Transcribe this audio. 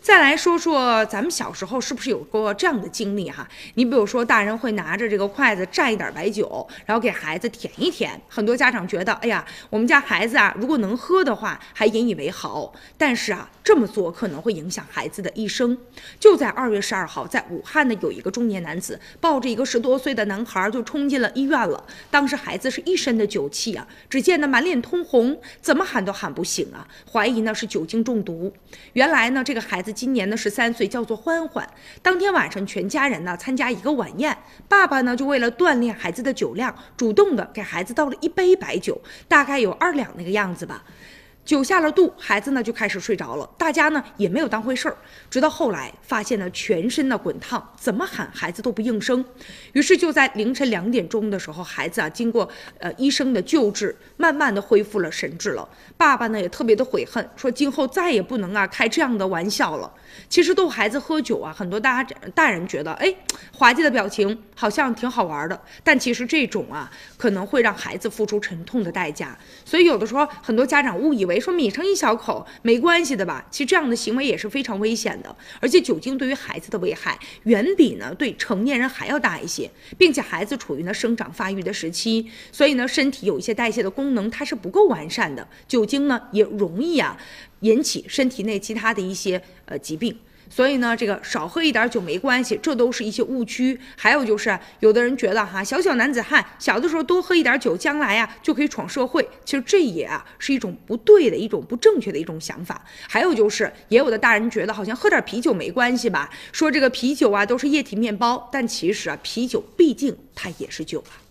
再来说说咱们小时候是不是有过这样的经历哈？你比如说，大人会拿着这个筷子蘸一点白酒，然后给孩子舔一舔。很多家长觉得，哎呀，我们家孩子啊，如果能喝的话，还引以为豪。但是啊，这么做可能会影响孩子的一生。就在2月12号，在武汉呢，有一个中年男子抱着一个10多岁的男孩就冲进了医院了。当时孩子是一身的酒气啊，只见呢满脸通红，怎么喊都喊不醒啊，怀疑呢是酒精中毒。原来呢，这个孩子今年呢13岁，叫做欢欢。当天晚上，全家人呢参加一个晚宴，爸爸呢就为了锻炼孩子的酒量，主动的给孩子倒了一杯白酒，大概有2两那个样子吧。酒下了肚，孩子呢就开始睡着了，大家呢也没有当回事儿，直到后来发现呢全身的滚烫，怎么喊孩子都不应声。于是就在凌晨2点钟的时候，孩子啊经过医生的救治，慢慢的恢复了神智了。爸爸呢也特别的悔恨，说今后再也不能啊开这样的玩笑了。其实逗孩子喝酒啊，很多大人觉得，哎，滑稽的表情好像挺好玩的，但其实这种啊可能会让孩子付出沉痛的代价。所以有的时候很多家长误以为说抿上一小口没关系的吧，其实这样的行为也是非常危险的。而且酒精对于孩子的危害远比呢对成年人还要大一些，并且孩子处于呢生长发育的时期，所以呢身体有一些代谢的功能它是不够完善的，酒精呢也容易啊引起身体内其他的一些疾病。所以呢，这个少喝一点酒没关系，这都是一些误区。还有就是，有的人觉得哈，小男子汉小的时候多喝一点酒，将来啊就可以闯社会。其实这也啊是一种不对的、一种不正确的一种想法。还有就是，也有的大人觉得好像喝点啤酒没关系吧，说这个啤酒啊都是液体面包，但其实啊啤酒毕竟它也是酒啊。